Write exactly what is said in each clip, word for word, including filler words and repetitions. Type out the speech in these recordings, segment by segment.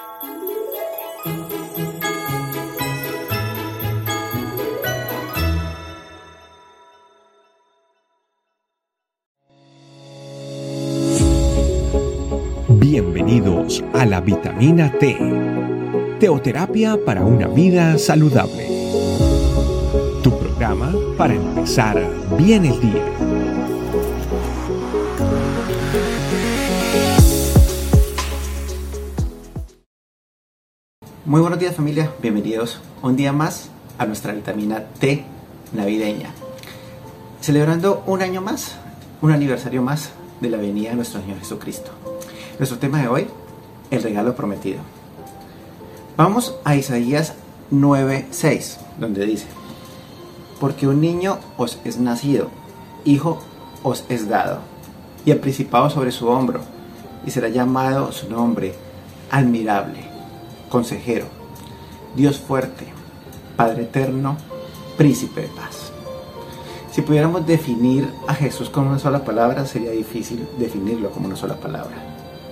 Bienvenidos a la Vitamina T, teoterapia para una vida saludable. Tu programa para empezar bien el día. Muy buenos días, familia, bienvenidos un día más a nuestra Vitamina T navideña. Celebrando un año más, un aniversario más de la venida de nuestro Señor Jesucristo. Nuestro tema de hoy, el regalo prometido. Vamos a Isaías nueve seis, donde dice: porque un niño os es nacido, hijo os es dado, y el principado sobre su hombro, y será llamado su nombre, admirable, consejero, Dios fuerte, Padre eterno, príncipe de paz. Si pudiéramos definir a Jesús con una sola palabra, sería difícil definirlo como una sola palabra.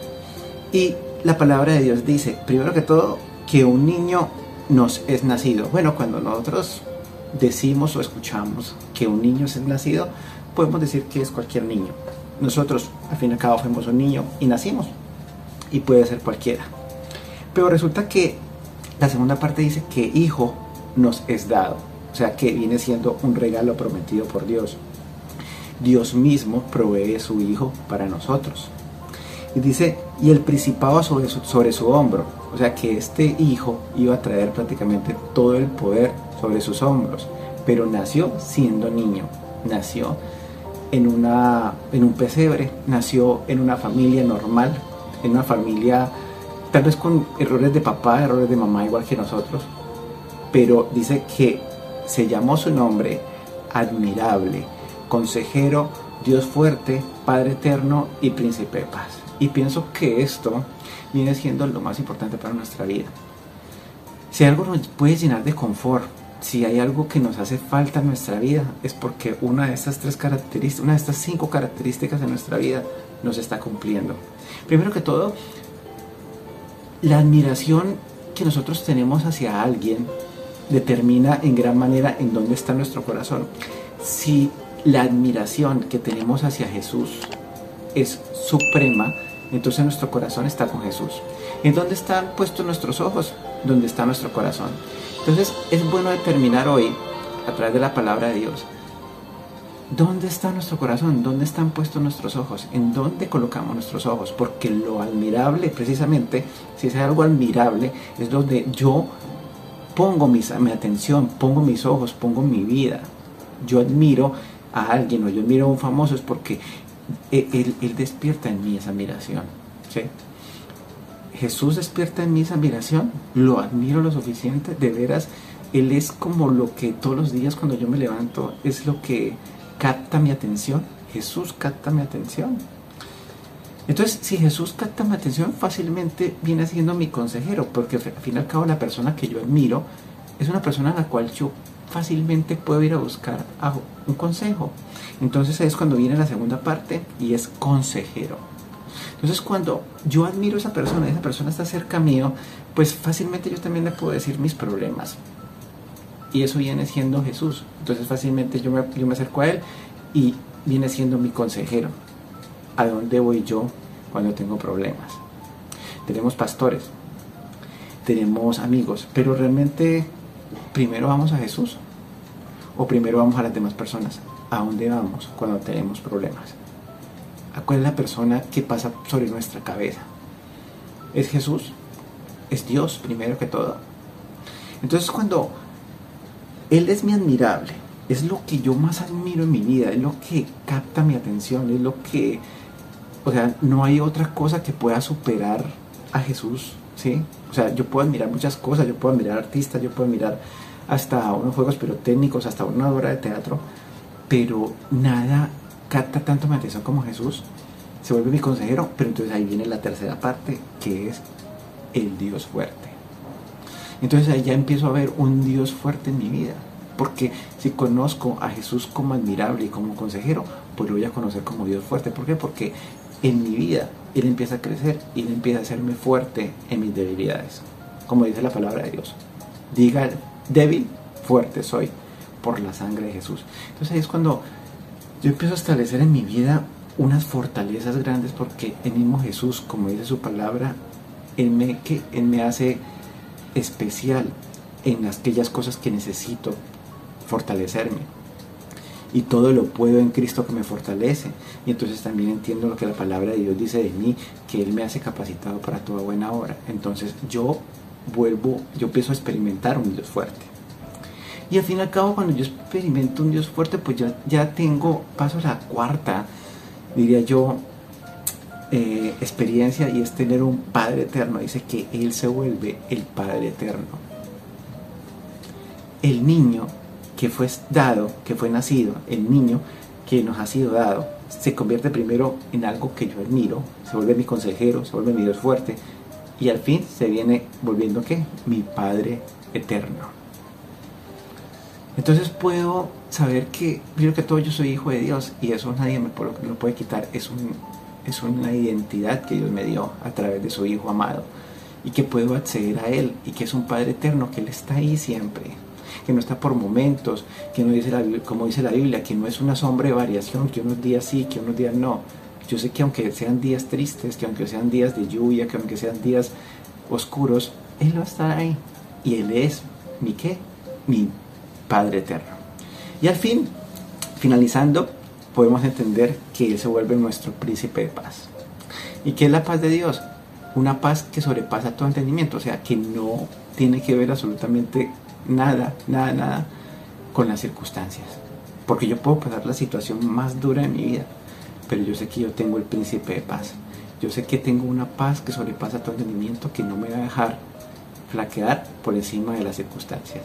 Y la palabra de Dios dice, primero que todo, que un niño nos es nacido. Bueno, cuando nosotros decimos o escuchamos que un niño es nacido, podemos decir que es cualquier niño. Nosotros, al fin y al cabo, fuimos un niño y nacimos. Y puede ser cualquiera. Pero resulta que la segunda parte dice que hijo nos es dado. O sea, que viene siendo un regalo prometido por Dios. Dios mismo provee su hijo para nosotros. Y dice, y el principado sobre su, sobre su hombro. O sea que este hijo iba a traer prácticamente todo el poder sobre sus hombros. Pero nació siendo niño. Nació en, una, en un pesebre. Nació en una familia normal. En una familia tal vez con errores de papá, errores de mamá igual que nosotros. Pero dice que se llamó su nombre admirable, consejero, Dios fuerte, Padre eterno y príncipe de paz. Y pienso que esto viene siendo lo más importante para nuestra vida. Si algo nos puede llenar de confort, si hay algo que nos hace falta en nuestra vida, es porque una de estas tres características, una de estas cinco características de nuestra vida nos está cumpliendo. Primero que todo, la admiración que nosotros tenemos hacia alguien determina en gran manera en dónde está nuestro corazón. Si la admiración que tenemos hacia Jesús es suprema, entonces nuestro corazón está con Jesús. ¿En dónde están puestos nuestros ojos? ¿Dónde está nuestro corazón? Entonces es bueno determinar hoy, a través de la palabra de Dios, ¿dónde está nuestro corazón? ¿Dónde están puestos nuestros ojos? ¿En dónde colocamos nuestros ojos? Porque lo admirable, precisamente, si es algo admirable, es donde yo pongo mis, mi atención, pongo mis ojos, pongo mi vida. Yo admiro a alguien o yo admiro a un famoso es porque él, él, él despierta en mí esa admiración, ¿sí? Jesús despierta en mí esa admiración, lo admiro lo suficiente, de veras, Él es como lo que todos los días cuando yo me levanto es lo que capta mi atención. Jesús capta mi atención. Entonces, si Jesús capta mi atención, fácilmente viene siendo mi consejero, porque al fin y al cabo la persona que yo admiro es una persona a la cual yo fácilmente puedo ir a buscar un consejo. Entonces ahí es cuando viene la segunda parte y es consejero. Entonces cuando yo admiro a esa persona, esa persona está cerca mío, pues fácilmente yo también le puedo decir mis problemas. Y eso viene siendo Jesús. Entonces fácilmente yo me, yo me acerco a Él y viene siendo mi consejero. ¿A dónde voy yo cuando tengo problemas? Tenemos pastores, tenemos amigos, pero realmente primero vamos a Jesús o primero vamos a las demás personas. ¿A dónde vamos cuando tenemos problemas? ¿A cuál es la persona que pasa sobre nuestra cabeza? ¿Es Jesús? ¿Es Dios primero que todo? Entonces cuando Él es mi admirable, es lo que yo más admiro en mi vida, es lo que capta mi atención, es lo que, o sea, no hay otra cosa que pueda superar a Jesús, ¿sí? O sea, yo puedo admirar muchas cosas, yo puedo admirar artistas, yo puedo admirar hasta unos juegos pirotécnicos, hasta una obra de teatro, pero nada capta tanto mi atención como Jesús. Se vuelve mi consejero, pero entonces ahí viene la tercera parte, que es el Dios fuerte. Entonces ahí ya empiezo a ver un Dios fuerte en mi vida, porque si conozco a Jesús como admirable y como consejero, pues lo voy a conocer como Dios fuerte. ¿Por qué? Porque en mi vida Él empieza a crecer y Él empieza a hacerme fuerte en mis debilidades. Como dice la palabra de Dios. Diga, débil, fuerte soy por la sangre de Jesús. Entonces ahí es cuando yo empiezo a establecer en mi vida unas fortalezas grandes, porque el mismo Jesús, como dice su palabra, Él me, que, él me hace especial en aquellas cosas que necesito fortalecerme. Y todo lo puedo en Cristo que me fortalece. Y entonces también entiendo lo que la palabra de Dios dice de mí, que Él me hace capacitado para toda buena obra. Entonces yo vuelvo, yo empiezo a experimentar un Dios fuerte. Y al fin y al cabo, cuando yo experimento un Dios fuerte, pues ya, ya tengo, paso a la cuarta, diría yo, eh, experiencia, y es tener un Padre eterno. Dice que Él se vuelve el Padre eterno. El niño que fue dado, que fue nacido, el niño que nos ha sido dado, se convierte primero en algo que yo admiro, se vuelve mi consejero, se vuelve mi Dios fuerte, y al fin se viene volviendo ¿qué? Mi Padre eterno. Entonces puedo saber que, primero que todo, yo soy hijo de Dios, y eso nadie me lo puede quitar. Es, un, es una identidad que Dios me dio a través de su Hijo amado, y que puedo acceder a Él, y que es un Padre eterno, que Él está ahí siempre, que no está por momentos, que no dice la, como dice la Biblia, que no es una sombra de variación, que unos días sí, que unos días no. Yo sé que aunque sean días tristes, que aunque sean días de lluvia, que aunque sean días oscuros, Él va a estar ahí, y Él es mi ¿qué? Mi Padre eterno. Y al fin, finalizando, podemos entender que Él se vuelve nuestro príncipe de paz. ¿Y qué es la paz de Dios? Una paz que sobrepasa todo entendimiento, o sea, que no tiene que ver absolutamente nada, nada, nada con las circunstancias. Porque yo puedo pasar la situación más dura de mi vida, pero yo sé que yo tengo el príncipe de paz. Yo sé que tengo una paz que sobrepasa todo entendimiento, que no me va a dejar flaquear por encima de las circunstancias.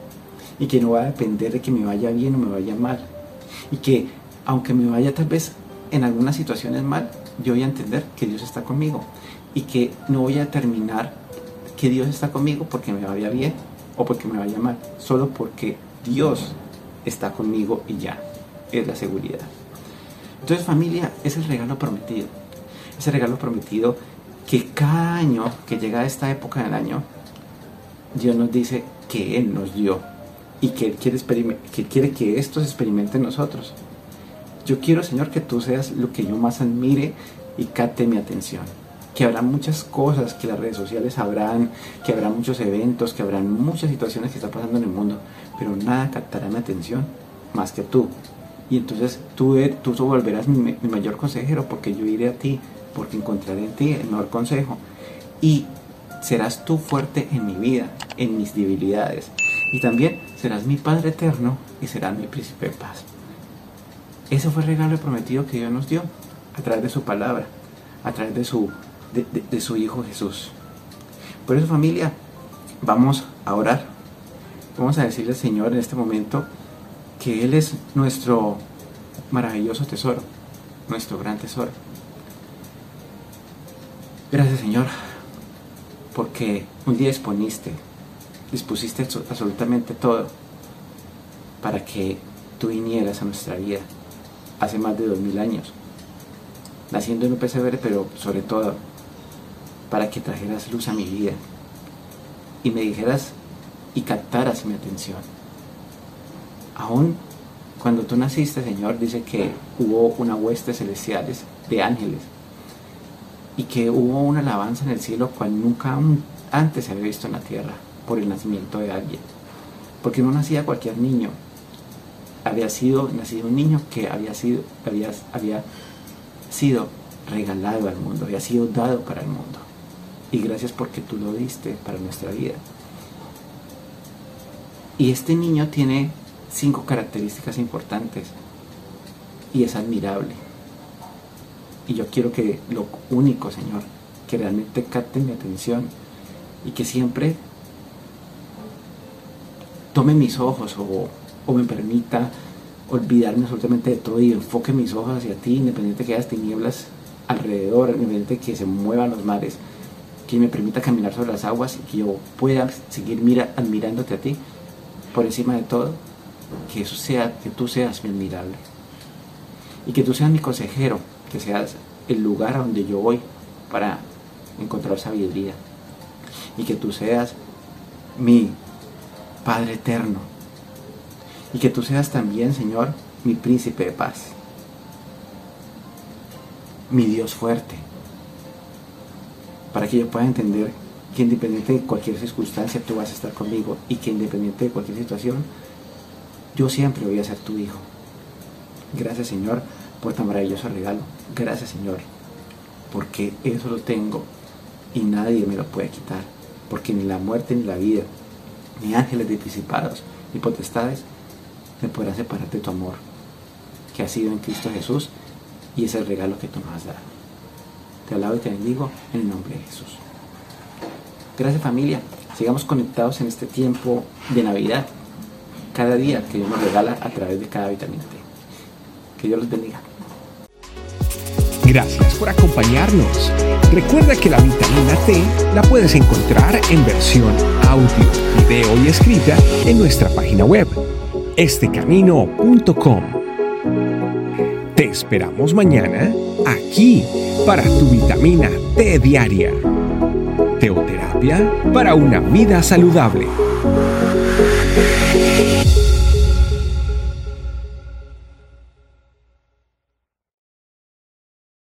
Y que no va a depender de que me vaya bien o me vaya mal. Y que aunque me vaya tal vez en algunas situaciones mal, yo voy a entender que Dios está conmigo. Y que no voy a determinar que Dios está conmigo porque me vaya bien o porque me vaya mal, solo porque Dios está conmigo y ya, es la seguridad. Entonces, familia, es el regalo prometido. Ese regalo prometido que cada año que llega a esta época del año, Dios nos dice que Él nos dio y que Él quiere, que, quiere que esto se experimente en nosotros. Yo quiero, Señor, que tú seas lo que yo más admire y capte mi atención. Que habrá muchas cosas que las redes sociales habrán, que habrá muchos eventos, que habrán muchas situaciones que están pasando en el mundo, pero nada captará mi atención más que tú. Y entonces tú, tú volverás mi, mi mayor consejero, porque yo iré a ti, porque encontraré en ti el mejor consejo. Y serás tú fuerte en mi vida, en mis debilidades. Y también serás mi Padre eterno y serás mi príncipe de paz. Ese fue el regalo prometido que Dios nos dio a través de su palabra, a través de su, de, de, de su Hijo Jesús. Por eso, familia, vamos a orar. Vamos a decirle al Señor en este momento que Él es nuestro maravilloso tesoro, nuestro gran tesoro. Gracias, Señor, porque un día disponiste, dispusiste absolutamente todo para que tú vinieras a nuestra vida hace más de dos mil años, naciendo en un pesebre, pero sobre todo para que trajeras luz a mi vida y me dijeras y captaras mi atención. Aún cuando tú naciste, Señor, dice que hubo una hueste celestiales de ángeles y que hubo una alabanza en el cielo cual nunca antes se había visto en la tierra por el nacimiento de alguien, porque no nacía cualquier niño. Había sido nacido un niño que había sido, había, había sido regalado al mundo, había sido dado para el mundo. Y gracias porque tú lo diste para nuestra vida. Y este niño tiene cinco características importantes y es admirable. Y yo quiero que lo único, Señor, que realmente capte mi atención y que siempre tome mis ojos o o me permita olvidarme absolutamente de todo y enfoque mis ojos hacia ti, independiente de que haya tinieblas alrededor, independiente de que se muevan los mares, que me permita caminar sobre las aguas y que yo pueda seguir mira, admirándote a ti por encima de todo, que eso sea, que tú seas mi admirable y que tú seas mi consejero, que seas el lugar a donde yo voy para encontrar sabiduría. Y que tú seas mi Padre eterno. Y que tú seas también, Señor, mi príncipe de paz. Mi Dios fuerte. Para que yo pueda entender que independiente de cualquier circunstancia tú vas a estar conmigo. Y que independiente de cualquier situación, yo siempre voy a ser tu hijo. Gracias, Señor, por tan maravilloso regalo. Gracias, Señor, porque eso lo tengo y nadie me lo puede quitar. Porque ni la muerte ni la vida, ni ángeles de principados, ni potestades me podrán separar de tu amor, que ha sido en Cristo Jesús, y es el regalo que tú nos has dado. Te alabo y te bendigo en el nombre de Jesús. Gracias, familia. Sigamos conectados en este tiempo de Navidad, cada día que Dios nos regala a través de cada vitamina T. Que Dios los bendiga. Gracias por acompañarnos. Recuerda que la vitamina T la puedes encontrar en versión audio, video y escrita en nuestra página web, este camino punto com. Te esperamos mañana aquí para tu vitamina T diaria. Teoterapia para una vida saludable.